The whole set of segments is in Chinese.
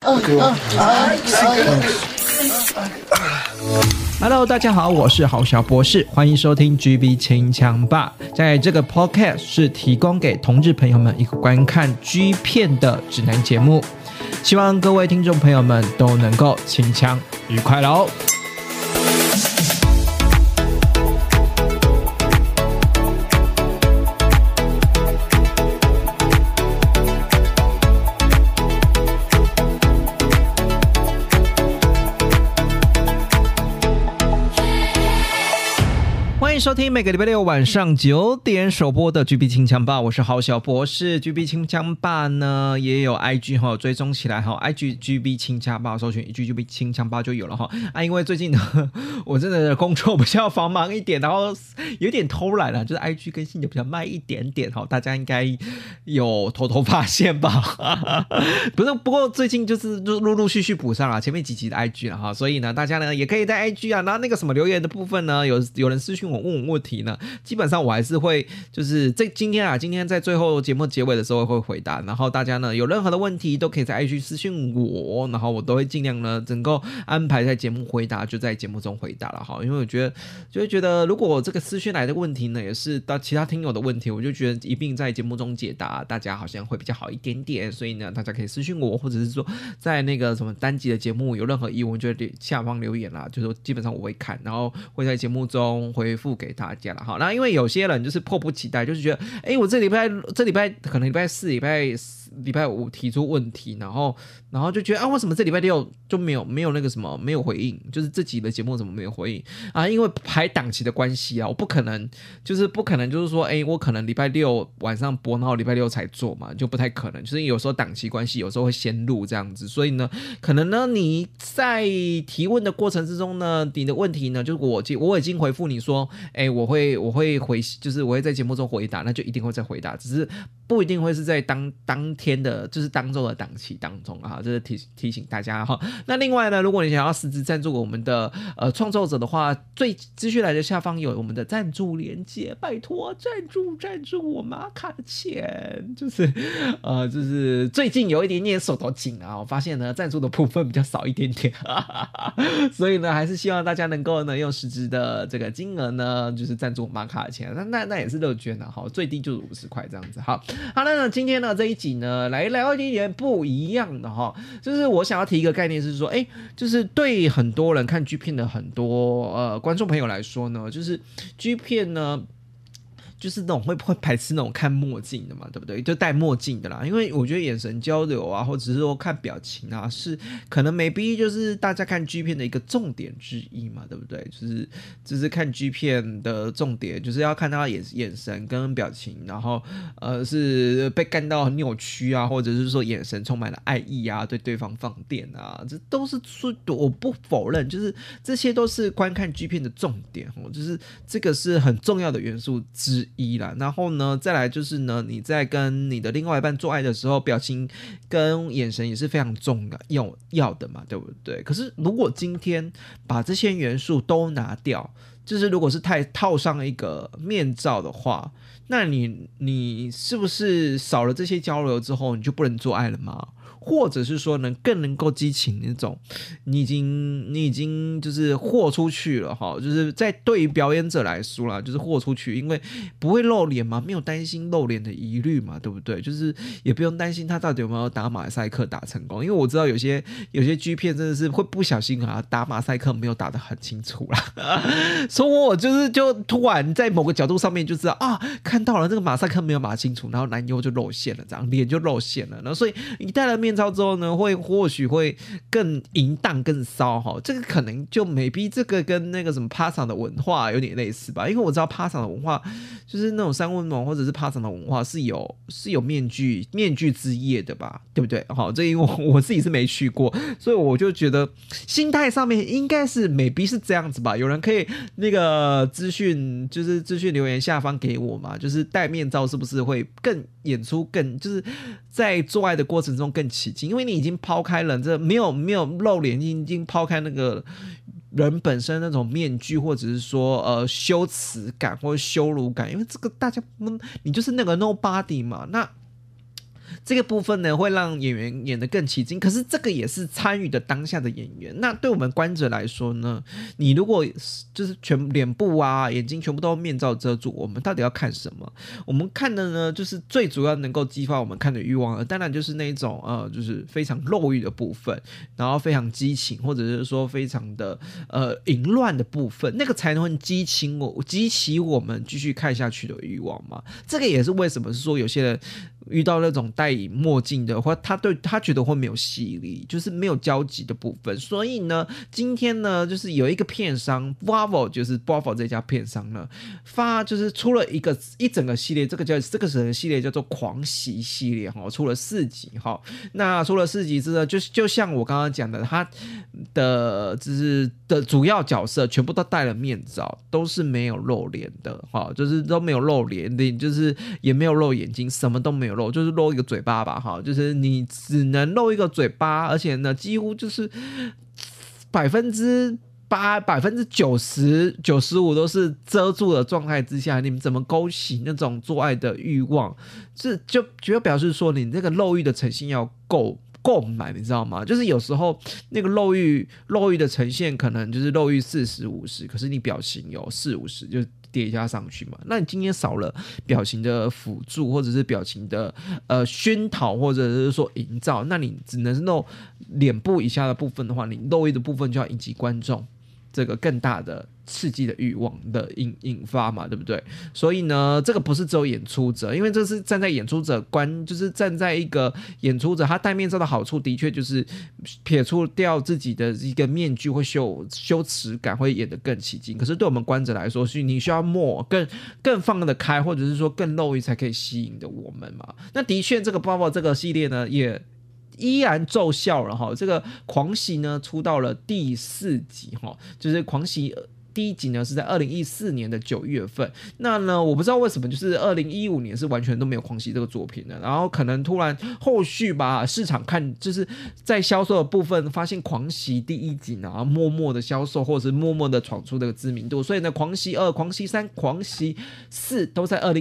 Hello， 大家好，我是郝小博士，欢迎收听 GB 清枪吧。在这个 podcast 是提供给同志朋友们一个观看 G 片的指南节目，希望各位听众朋友们都能够清枪愉快喽。欢迎收听每个礼拜六晚上9点首播的 GB 清枪吧，我是郝小博士。GB 清枪吧呢也有 IG 追踪起来IG GB 清枪吧，搜寻一句 GB 清枪吧就有了因为最近呢我真的工作比较繁忙一点，然后有点偷懒了，就是 IG 更新的比较慢一点点大家应该有偷偷发现吧不过最近就是陆陆续续补上了前面几集的 IG 了所以呢大家呢也可以在 IG 然后那个什么留言的部分呢有人私讯我问我问题呢，基本上我还是会就是今天在最后节目结尾的时候会回答，然后大家呢有任何的问题都可以在 IG 私讯我，然后我都会尽量呢能够安排在节目回答，就在节目中回答了因为我觉得如果这个私讯来的问题呢也是到其他听友的问题，我就觉得一并在节目中解答，大家好像会比较好一点点，所以呢大家可以私讯我，或者是说在那个什么单集的节目有任何疑问就下方留言啦，就是基本上我会看，然后会在节目中回复给大家了那因为有些人就是迫不及待，就是觉得我这礼拜可能礼拜四礼拜五提出问题，然后就觉得为什么这礼拜六就没有那个什么没有回应，就是这集的节目怎么没有回应因为排档期的关系我不可能就是说我可能礼拜六晚上播，然后礼拜六才做嘛，就不太可能，就是有时候档期关系，有时候会先录这样子，所以呢可能呢你在提问的过程之中呢，你的问题呢就是我已经回复你说我会回，就是我会在节目中回答，那就一定会再回答，只是不一定会是在当天的就是当周的档期当中这是提醒大家那另外呢，如果你想要实质赞助我们的创作者的话，最资讯栏的下方有我们的赞助连结，拜托赞助我玛卡的钱，就是最近有一点点手头紧我发现呢赞助的部分比较少一点点所以呢还是希望大家能够呢用实质的这个金额呢就是赞助玛卡的钱，那也是乐捐最低就是50块这样子好，那今天呢这一集呢来聊一点不一样的就是我想要提一个概念是说就是对很多人看 G 片的很多观众朋友来说呢，就是 G 片呢就是那种会排斥那种看墨镜的嘛，对不对？就戴墨镜的啦，因为我觉得眼神交流或者是说看表情是可能maybe就是大家看 G 片的一个重点之一嘛，对不对？就是看 G 片的重点，就是要看他眼神跟表情，然后是被干到很扭曲或者是说眼神充满了爱意对对方放电这都是我不否认，就是这些都是观看 G 片的重点就是这个是很重要的元素之一啦，然后呢再来就是呢你在跟你的另外一半做爱的时候，表情跟眼神也是非常重要的嘛，对不对？可是如果今天把这些元素都拿掉，就是如果是套上一个面罩的话，那你是不是少了这些交流之后你就不能做爱了吗？或者是说更能够激起那种你已经就是豁出去了就是在对于表演者来说啦，就是豁出去，因为不会露脸嘛，没有担心露脸的疑虑嘛，对不对？就是也不用担心他到底有没有打马赛克打成功，因为我知道有些 G 片真的是会不小心打马赛克没有打得很清楚啦所以我就突然在某个角度上面就知道看到了这个马赛克没有码清楚，然后男优就露馅了，这样脸就露馅了，然后所以你戴了面罩之后呢，或许会更淫荡更骚这个可能就 maybe 这个跟那个什么趴场的文化有点类似吧，因为我知道趴场的文化就是那种三温暖或者是趴场的文化是有面具之夜的吧，对不对？这因为我自己是没去过，所以我就觉得心态上面应该是 maybe 是这样子吧，有人可以那个资讯留言下方给我嘛，就是戴面罩是不是会更演出更就是在做爱的过程中更起劲，因为你已经抛开了这没有露脸，已经抛开那个人本身那种面具或者是说羞耻感或者羞辱感，因为这个大家你就是那个 nobody 嘛，那这个部分呢会让演员演得更起劲，可是这个也是参与的当下的演员。那对我们观者来说呢，你如果就是全脸部啊眼睛全部都面罩遮住，我们到底要看什么？我们看的呢就是最主要能够激发我们看的欲望，当然就是那种就是非常肉欲的部分，然后非常激情或者是说非常的淫乱的部分，那个才能激起我们继续看下去的欲望嘛。这个也是为什么是说有些人遇到那种戴墨镜的话，他觉得会没有吸引力，就是没有交集的部分。所以呢，今天呢，就是有一个片商 Bravo， 就是 Bravo 这家片商呢，就是出了一整个系列，这个整个系列叫做狂喜系列哈，出了4集哈。那出了4集之后，就像我刚刚讲的，他的主要角色全部都戴了面罩，都是没有露脸的哈，就是都没有露脸，就是也没有露眼睛，什么都没有露，就是露一个嘴巴吧哈，就是你只能露一个嘴巴，而且呢，几乎就是90%、95%都是遮住的状态之下，你们怎么勾起那种做爱的欲望？就表示说你那个肉欲的呈现要够满，你知道吗？就是有时候那个肉欲的呈现可能就是肉欲40、50，可是你表情有4、50，就叠加上去嘛。那你今天少了表情的辅助，或者是表情的熏陶，或者是说营造，那你只能是露脸部以下的部分的话，你肉欲的部分就要引起观众这个更大的刺激的欲望的引发嘛，对不对？所以呢，这个不是只有演出者，因为这是站在演出者就是站在一个演出者，他戴面罩的好处的确就是撇除掉自己的一个面具会羞耻感，会演得更起劲。可是对我们观者来说，是你需要更放得开，或者是说更露欲才可以吸引的我们嘛。那的确，这个包括这个系列呢，也依然奏效了哈。这个狂喜呢出到了第4集哈，就是狂喜第1集呢是在2014年的9月份。那呢，我不知道为什么就是2015年是完全都没有狂喜这个作品的，然后可能突然后续吧，市场看就是在销售的部分发现狂喜第1集然后默默的销售，或者是默默的闯出这个知名度，所以呢，狂喜2、狂喜3、狂喜4都在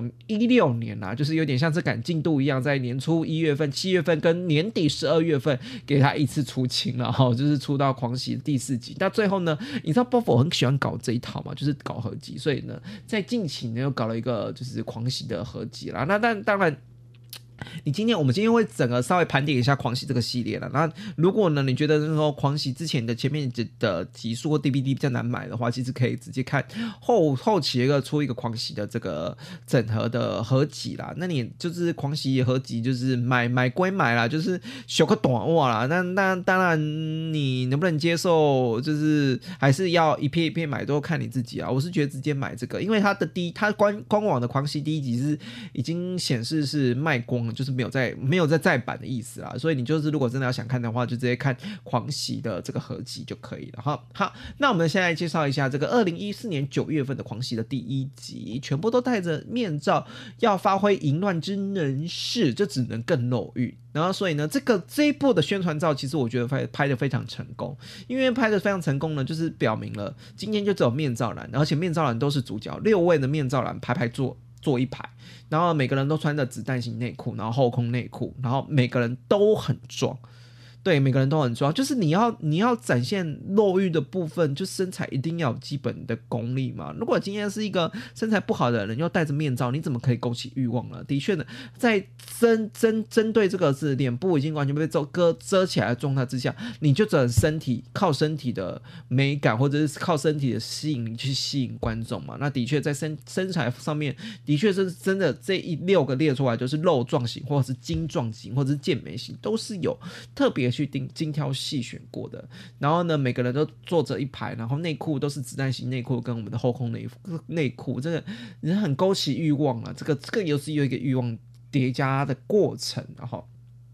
2016年啦，就是有点像是赶进度一样，在年初1月份、7月份跟年底12月份给他一次出清了哈，就是出到狂喜第4集。那最后呢，你知道 Buffalo 很喜欢搞这一套嘛，就是搞合集，所以呢，在近期呢又搞了一个就是狂喜的合集啦。那当然。我们今天会整个稍微盘点一下狂喜这个系列了。那如果呢，你觉得说狂喜之前的前面的集数或 DVD 比较难买的话，其实可以直接看后期出一个狂喜的这个整合的合集啦。那你就是狂喜合集，就是买归买啦，就是修个短袜啦。那当然你能不能接受，就是还是要一片一片买，都看你自己啊。我是觉得直接买这个，因为它官网的狂喜第1集是已经显示是卖光。就是没有在再版的意思啦，所以你就是如果真的要想看的话，就直接看狂喜的这个合集就可以了哈。好，那我们现在介绍一下这个2014年9月份的狂喜的第1集，全部都戴着面罩，要发挥淫乱之能事，就只能更露欲。然后所以呢，这一部的宣传照，其实我觉得拍得非常成功，因为拍得非常成功呢，就是表明了今天就只有面罩男，而且面罩男都是主角，6位的面罩男排坐一排，然后每个人都穿着子弹型内裤，然后后空内裤，然后每个人都很壮。对，每个人都很重要，就是你要展现肉欲的部分，就身材一定要有基本的功力嘛。如果今天是一个身材不好的人，又戴着面罩，你怎么可以勾起欲望呢？的确呢，在针对这个是脸部已经完全被遮起来的状态之下，你就只能靠身体的美感，或者是靠身体的吸引力去吸引观众嘛。那的确在身材上面，的确是真的这6个列出来，就是肉壮型，或者是精壮型，或者是健美型，都是有特别去精挑细选过的。然后呢，每个人都坐着一排，然后内裤都是子弹型内裤跟我们的后空内裤，这个人很勾起欲望啊。这个又是有一个欲望叠加的过程，然后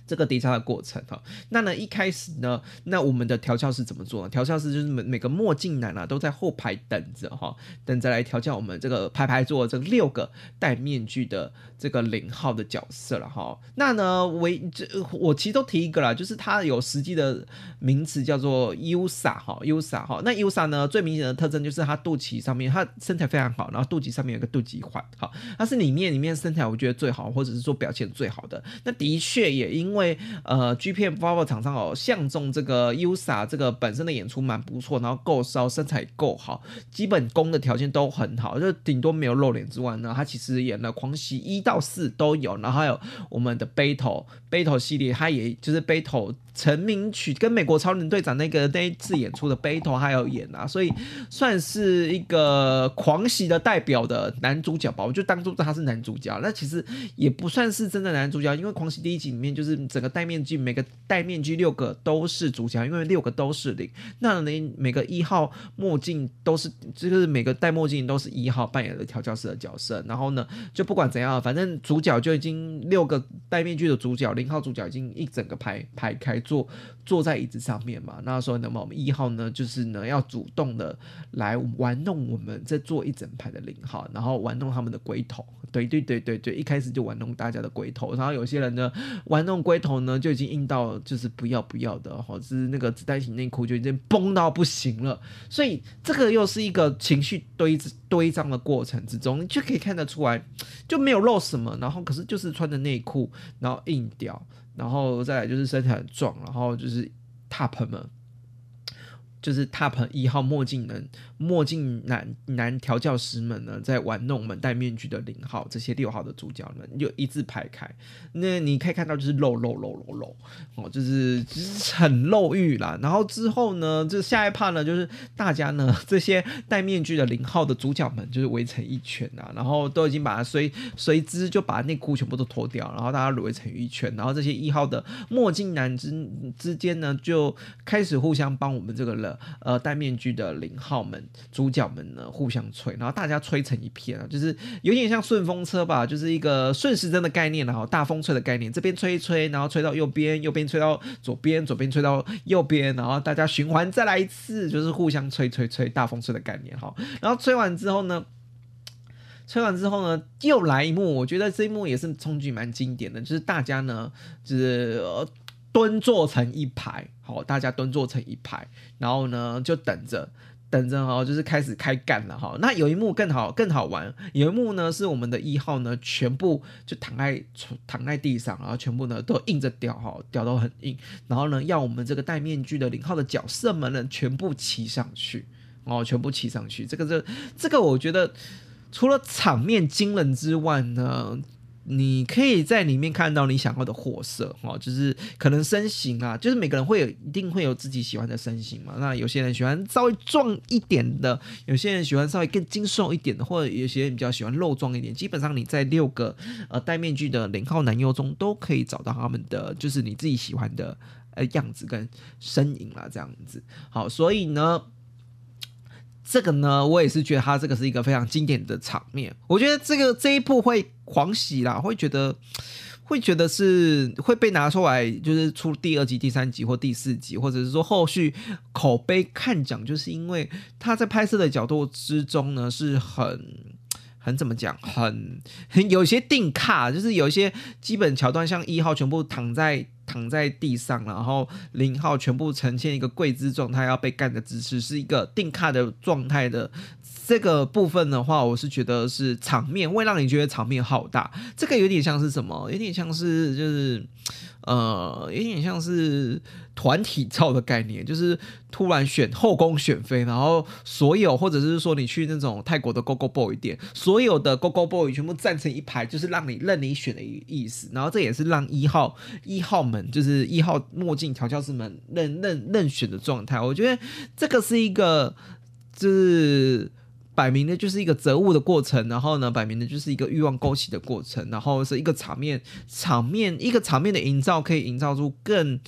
这个叠加的过程哈。那呢一开始呢，那我们的调教师怎么做呢？调教师就是每个墨镜男啊都在后排等着哈，等着来调教我们这个排座这6个戴面具的这个0号的角色了哈。那呢我其实都提一个啦，就是它有实际的名词叫做 Usa 哈 Usa 哈。那 Usa 呢最明显的特征就是它肚脐上面，它身材非常好，然后肚脐上面有个肚脐环，好，它是里面身材我觉得最好，或者是说表现最好的。那的确也因为GPM Volvo 厂商相中这个 Usa 这个本身的演出蛮不错，然后够骚，身材够好，基本功的条件都很好，就顶多没有露脸之外呢，他其实演了狂喜1到4都有，然后还有我们的 Battle 系列，他也就是 Battle 成名曲跟美国超人队长那一次演出的 Battle 还有演啊，所以算是一个狂喜的代表的男主角吧，我就当作他是男主角。那其实也不算是真的男主角，因为狂喜第1集里面就是整个戴面具，每个戴面具6个都是主角，因为6个都是0。那每个1号墨镜都是，就是每个戴墨镜都是1号扮演的调教师的角色。然后呢，就不管怎样，反正主角就已经6个戴面具的主角，0号主角已经一整个排开坐在椅子上面嘛。那所以呢，我们1号呢，就是呢要主动的来玩弄我们这坐一整排的0号，然后玩弄他们的龟头。对，一开始就玩弄大家的龟头，然后有些人呢玩弄龟头呢就已经硬到就是不要的，就是那个子弹型内裤就已经崩到不行了。所以这个又是一个情绪堆张的过程之中，你就可以看得出来，就没有露什么，然后可是就是穿着内裤，然后硬屌，然后再来就是身体很壮，然后就是 top 们。就是 Top 1号墨镜男调教师们呢，在玩弄我们戴面具的0号，这些6号的主角们就一字排开。那你可以看到就是露就是很露欲啦。然后之后呢，就下一 part 呢，就是大家呢这些戴面具的0号的主角们就是围成一圈啊，然后都已经把它随之就把内裤全部都脱掉，然后大家围成一圈，然后这些1号的墨镜男之间呢，就开始互相帮我们这个人。戴面具的0号们主角们呢互相吹，然后大家吹成一片啊，就是有点像顺风车吧，就是一个顺时针的概念，然后大风吹的概念，这边吹一吹，然后吹到右边，右边吹到左边，左边吹到右边，然后大家循环再来一次，就是互相吹大风吹的概念哈。然后吹完之后呢，又来一幕，我觉得这一幕也是冲击蛮经典的，就是大家呢就是蹲坐成一排，好，大家蹲坐成一排，然后呢就等着就是开始开干了哈。那有一幕更好玩，有一幕呢是我们的1号呢全部就躺在地上，然后全部呢都硬着屌哈，屌都很硬，然后呢要我们这个戴面具的0号的角色们呢全部骑上去。这个我觉得除了场面惊人之外呢，你可以在里面看到你想要的货色，就是可能身形啊，就是每个人一定会有自己喜欢的身形嘛。那有些人喜欢稍微壮一点的，有些人喜欢稍微更精瘦一点的，或者有些人比较喜欢肉壮一点。基本上你在6个戴面具的0号男优中都可以找到他们的，就是你自己喜欢的样子跟身影啦，这样子。好，所以呢。这个呢，我也是觉得它这个是一个非常经典的场面。我觉得这一部会狂喜啦，会觉得是会被拿出来，就是出第2集、第3集或第4集，或者是说后续口碑看讲，就是因为它在拍摄的角度之中呢，是很怎么讲，很有些定卡，就是有一些基本桥段，像1号全部躺在地上，然后0号全部呈现一个跪姿状态要被干的姿势，是一个定卡的状态的。这个部分的话，我是觉得是场面会让你觉得场面浩大。这个有点像是什么？有点像是就是有点像是团体照的概念，就是突然后宫选妃，然后所有或者是说你去那种泰国的 Go-Go Boy 店，所有的 Go-Go Boy 全部站成一排，就是任你选的意思。然后这也是让一号们，就是1号墨镜调教师们任选的状态。我觉得这个是一个就是摆明的就是一个择物的过程，然后呢，摆明的就是一个欲望勾起的过程，然后是一个场面的营造，可以营造出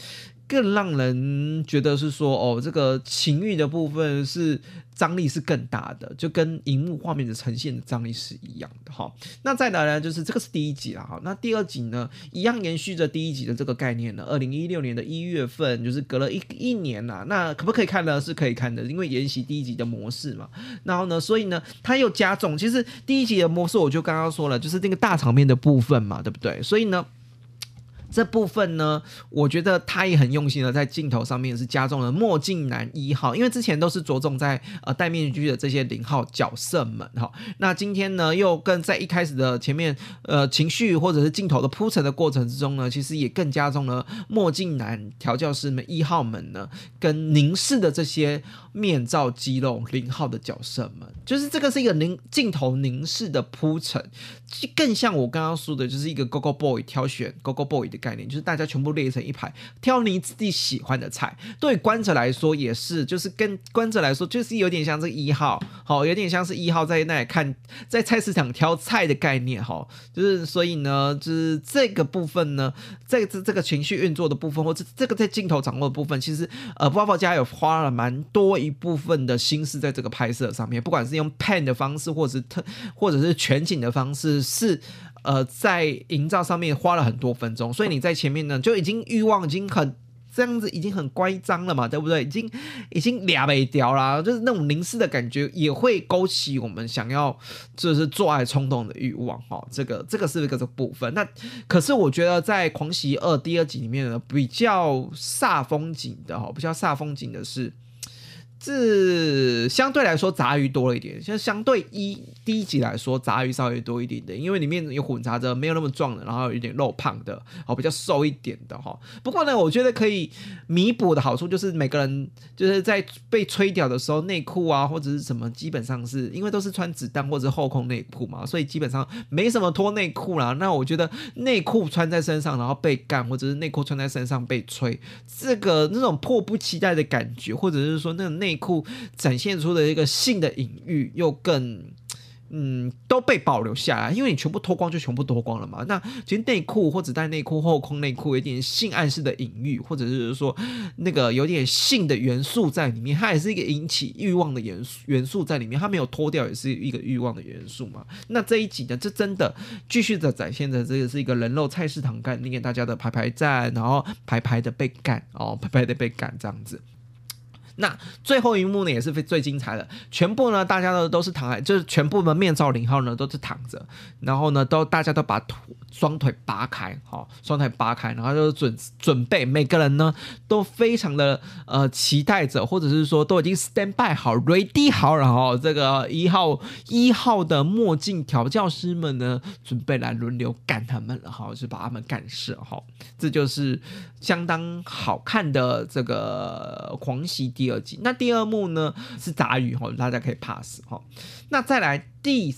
更让人觉得是说哦，这个情欲的部分是张力是更大的，就跟荧幕画面的呈现的张力是一样的哈。那再来呢，就是这个是第一集啦哈。那第二集呢，一样延续着第一集的这个概念呢。2016年的1月份，就是隔了一年啦。那可不可以看呢？是可以看的，因为沿袭第一集的模式嘛。然后呢，所以呢，它又加重。其实第一集的模式我就刚刚说了，就是那个大场面的部分嘛，对不对？所以呢。这部分呢，我觉得他也很用心的在镜头上面是加重了墨镜男1号，因为之前都是着重在戴面具的这些0号角色们哈。那今天呢，又更在一开始的前面情绪或者是镜头的铺陈的过程之中呢，其实也更加重了墨镜男调教师们1号们呢，跟凝视的这些面罩肌肉0号的角色们，就是这个是一个镜头凝视的铺陈，更像我刚刚说的，就是一个 Go Go Boy 挑选 Go Go Boy 的概念，就是大家全部列成一排，挑你自己喜欢的菜。对观者来说也是，就是跟观者来说，就是有点像这1号，好，有点像是1号在那里看，在菜市场挑菜的概念，哈，就是所以呢，就是这个部分呢，这个情绪运作的部分，或者这个在镜头掌握的部分，其实Bravo 家有花了蛮多一部分的心思在这个拍摄上面，不管是用 pan 的方式，或者是全景的方式，是在营造上面花了很多分钟，所以你在前面呢就已经欲望已经很这样子已经很乖张了嘛，对不对？已经俩没掉啦，就是那种凝视的感觉也会勾起我们想要就是做爱冲动的欲望哈。这个是一个部分。那可是我觉得在《狂喜2》第二集里面呢，比较煞风景的是。这相对来说杂鱼多了一点，像相对第一集来说杂鱼稍微多一点的，因为里面有混杂着没有那么壮的，然后有点肉胖的，比较瘦一点的哈。不过呢，我觉得可以弥补的好处就是每个人就是在被吹屌的时候，内裤啊或者是什么，基本上是因为都是穿子弹或者后空内裤嘛，所以基本上没什么脱内裤啦。那我觉得内裤穿在身上然后被干，或者是内裤穿在身上被吹，那种迫不及待的感觉，或者是说那种内裤展现出的一个性的隐喻又更都被保留下来，因为你全部脱光就全部脱光了嘛。那其实内裤或子弹内裤、后空内裤有点性暗示的隐喻，或者是说那个有点性的元素在里面，它也是一个引起欲望的元素在里面，它没有脱掉也是一个欲望的元素嘛。那这一集呢，这真的继续的展现的这个是一个人肉菜市场干，令大家的排战，然后排的被干排的被干这样子。那最后一幕呢，也是最精彩的。全部呢，大家都是躺在，就是全部的面罩0号呢都是躺着，然后呢，大家都把双腿扒开，双腿扒开，然后就准备，每个人呢都非常的期待着，或者是说都已经 stand by 好 ，ready 好，然后这个一号的墨镜调教师们呢，准备来轮流干他们了，就把他们干射，这就是相当好看的这个狂喜第二集。那第二幕呢是杂鱼，大家可以 pass。那再来第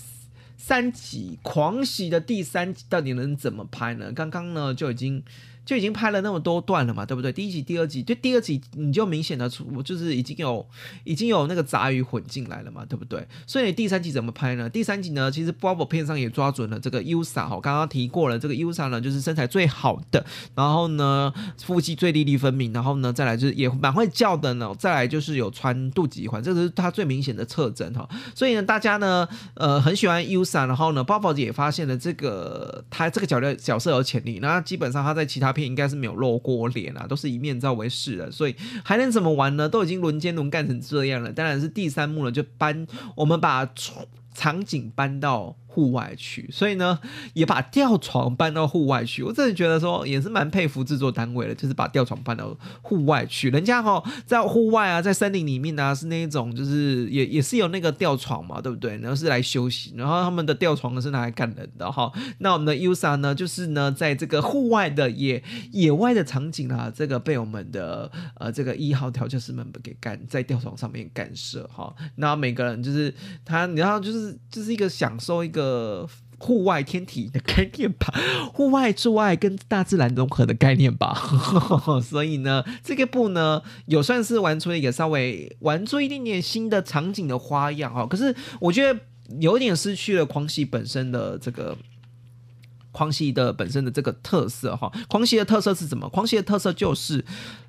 3集狂喜的第3集到底能怎么拍呢？刚刚呢就已经拍了那么多段了嘛，对不对？第1集、第2集，就第2集你就明显的就是已经有那个杂鱼混进来了嘛，对不对？所以你第3集怎么拍呢？第3集呢，其实 Bravo 片上也抓准了这个 Yusa， 刚刚提过了，这个 Yusa 呢就是身材最好的，然后呢腹肌最粒粒分明，然后呢再来就是也蛮会叫的呢，再来就是有穿肚脐环，这个是他最明显的特征哈。所以呢，大家呢很喜欢 Yusa， 然后呢 Bravo 也发现了他这个角色有潜力，那基本上他在其他片应该是没有露过脸啊，都是以面罩为饰的，所以还能怎么玩呢？都已经轮干成这样了，当然是第3幕了，就我们把场景搬到户外去，所以呢也把吊床搬到户外去。我真的觉得说也是蛮佩服制作单位的，就是把吊床搬到户外去。人家在户外啊，在森林里面啊，是那一种就是也是有那个吊床嘛，对不对？然后是来休息，然后他们的吊床呢是拿来干人的哈。那我们的 Yusa 呢，就是呢在这个户外的野外的场景啊，这个被我们的这个1号调教师们给干在吊床上面干涉哈。那每个人就是然后就是一个享受一个户外天体的概念吧，户外做爱跟大自然融合的概念吧。所以呢，这个部呢有算是玩出一个稍微玩出一点点新的场景的花样哈。可是我觉得有点失去了狂喜本身的这个。狂喜的本身的这个特色哈，狂喜的特色是什么？狂喜的特色就是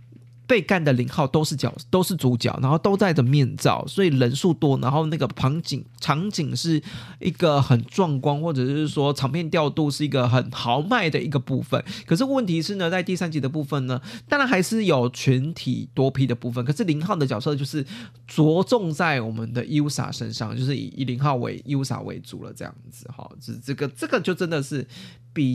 被干的0号都是主角，然后都戴着面罩，所以人数多，然后那个场景是一个很壮观，或者是说场面调度是一个很豪迈的一个部分。可是问题是呢，在第3集的部分呢，当然还是有群体多批的部分，可是0号的角色就是着重在我们的 Yusa 身上，就是以0号为 Yusa 为主了，这样子哈。这个就真的是比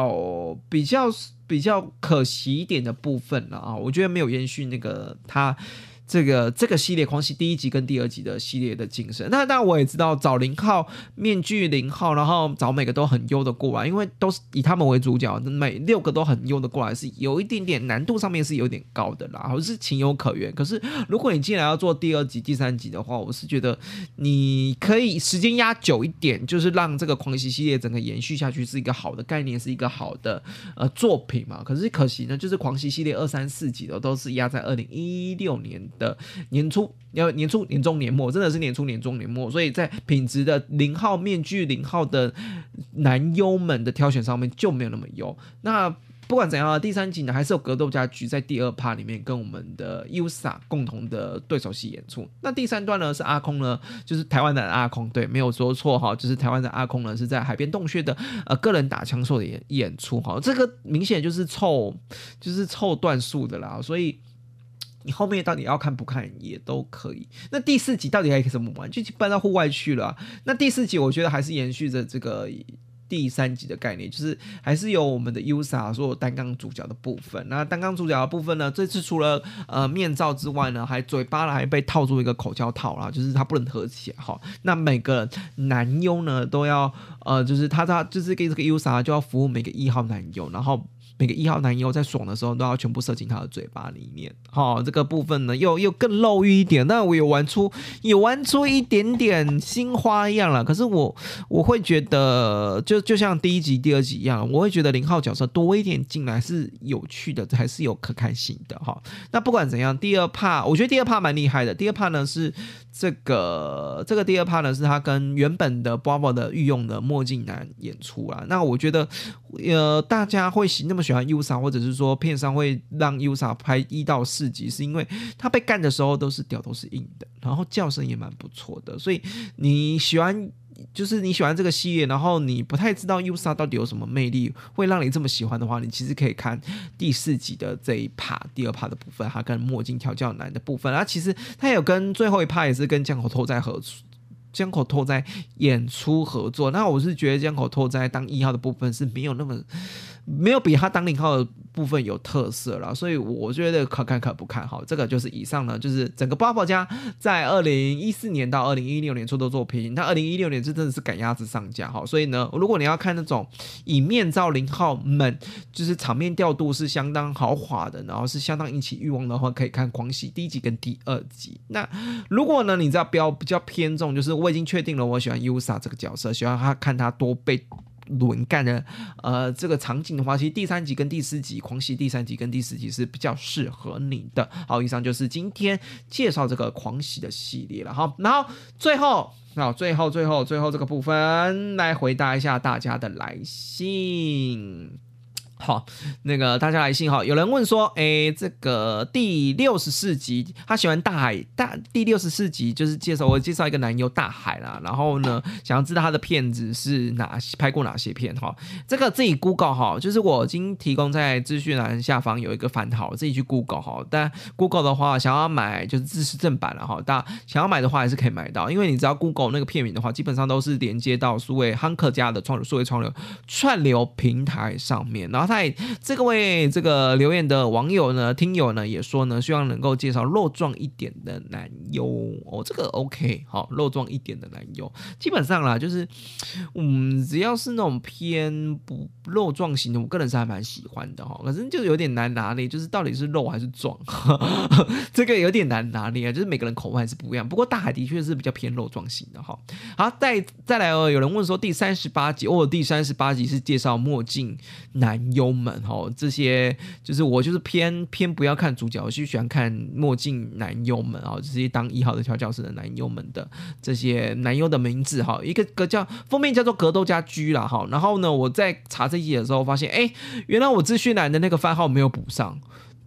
较可惜一点的部分了啊，我觉得没有延续那个他这个系列狂喜第1集跟第2集的系列的精神。那当然我也知道找0号面具0号，然后找每个都很优的过来，因为都是以他们为主角，每6个都很优的过来是有一点点难度上面是有点高的啦，我是情有可原。可是如果你既然要做第2集第3集的话，我是觉得你可以时间压久一点，就是让这个狂喜系列整个延续下去是一个好的概念，是一个好的作品嘛。可是可惜呢，就是狂喜系列2、3、4集的都是压在2016年的年初、年中、年末，真的是年初、年中、年末，所以在品质的0号面具、0号的男优们的挑选上面就没有那么优。那不管怎样，第3集呢还是有格斗家局在第2 part 里面跟我们的 Yusa 共同的对手戏演出。那第3段呢是阿空呢，就是台湾的阿空，对，没有说错哈，就是台湾的阿空呢是在海边洞穴的个人打枪兽的演出哈，这个明显就是凑段数的啦，所以你后面到底要看不看也都可以。那第4集到底还可以怎么玩？就搬到户外去了那第4集我觉得还是延续着这个第3集的概念，就是还是有我们的 Yusa 所有担纲主角的部分。那担纲主角的部分呢，这次除了面罩之外呢，还嘴巴还被套住一个口交套啦，就是它不能合起来哈。那每个男优呢都要就是他就是这个 Yusa 就要服务每个1号男优，然后每个1号男优在爽的时候都要全部射进他的嘴巴里面，这个部分呢又更肉欲一点。但我有玩出一点点新花样了，可是我会觉得就像第1集、第2集一样，我会觉得0号角色多一点进来是有趣的，还是有可看性的哈。那不管怎样，第2 part 我觉得第2 part 蛮厉害的。第2 part 呢是这个第2 part 呢是他跟原本的 Bravo 的御用的墨镜男演出啦。那我觉得大家会那么喜欢 Yusa， 或者是说片商会让 Yusa 拍1到4集，是因为他被干的时候都是屌都是硬的，然后叫声也蛮不错的，所以你喜欢这个系列，然后你不太知道 Yusa 到底有什么魅力会让你这么喜欢的话，你其实可以看第4集的这一 part 第2 part 的部分，他跟墨镜调教男的部分，其实他有跟最后一 part 也是跟江口拓哉演出合作。那我是觉得江口拓哉当1号的部分是没有比他当0号的部分有特色啦，所以我觉得可看可不看。好，这个就是以上呢，就是整个 Bravo 家在2014年到2016年出的作品。那2016年真的是赶鸭子上架，好，所以呢，如果你要看那种以面罩0号们就是场面调度是相当豪华的，然后是相当引起欲望的话，可以看狂喜第1集跟第2集。那如果呢，你知道比较偏重，就是我已经确定了我喜欢 Yusa 这个角色，喜欢看他多被轮干的这个场景的话，其实第3集跟第4集狂喜第3集跟第4集是比较适合你的。好，以上就是今天介绍这个狂喜的系列了。好，然后最后这个部分来回答一下大家的来信。好，那个大家来信哈，有人问说，这个第64集他喜欢第64集就是我介绍一个男优大海啦，然后呢想要知道他的片子是拍过哪些片哈，这个自己 Google 哈，就是我已经提供在资讯栏下方有一个番号，自己去 Google 哈，但 Google 的话想要买就是支持正版了哈，大家想要买的话还是可以买到，因为你只要 Google 那个片名的话，基本上都是连接到数位汉克家的数位串流平台上面，然后在这位这个留言的网友呢，听友呢也说呢，希望能够介绍肉壮一点的男优这个 OK 好，肉壮一点的男优，基本上啦，就是只要是那种偏不肉壮型的，我个人是还蛮喜欢的可是就有点难拿捏，就是到底是肉还是壮，这个有点难拿捏就是每个人口味还是不一样。不过大海的确是比较偏肉壮型的好，再来有人问说第38集第38集是介绍墨镜男优们这些就是我就是偏不要看主角，我是喜欢看墨镜男优们这些当1号的调教师的男优们的这些男优的名字一个叫封面叫做格斗家居啦然后呢我在查这一集的时候发现原来我资讯栏的那个番号没有补上，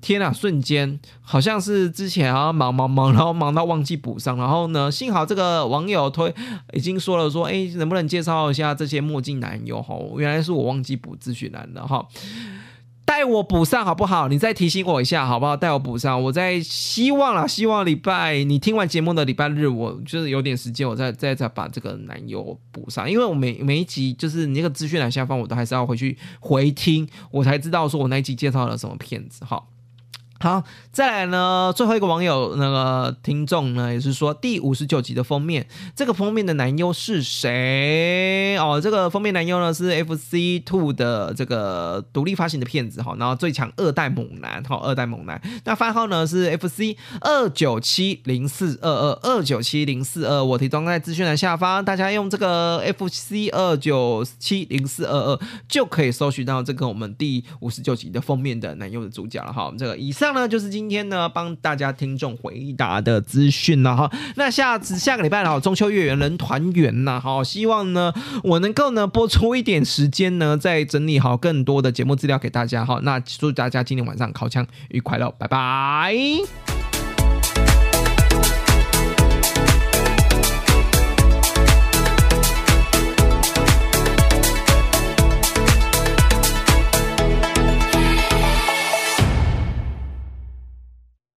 天啊，瞬间好像是之前好像忙，然后忙到忘记补上，然后呢，幸好这个网友已经说了说，能不能介绍一下这些墨镜男优哈？原来是我忘记补资讯栏了哈。带我补上好不好？你再提醒我一下好不好？带我补上，我在希望礼拜你听完节目的礼拜日，我就是有点时间，我再把这个男优补上，因为我每一集就是你那个资讯栏下方，我都还是要回去回听，我才知道说我那一集介绍了什么片子哈。好，再来呢，最后一个网友那个听众呢，也是说第59集的封面，这个封面的男优是谁？哦，这个封面男优呢是 FC2 的这个独立发行的片子哈，然后最强二代猛男哈，二代猛男，那番号呢是 FC2970422，2970422，我提供在资讯栏下方，大家用这个 FC2970422就可以搜寻到这个我们第59集的封面的男优的主角了哈。这个以上呢就是今天呢帮大家听众回答的资讯了哈。那下个礼拜呢中秋月圆人团圆呐，好，希望呢我能够呢播出一点时间呢，再整理好更多的节目资料给大家哈。那祝大家今天晚上烤枪愉快乐，拜拜。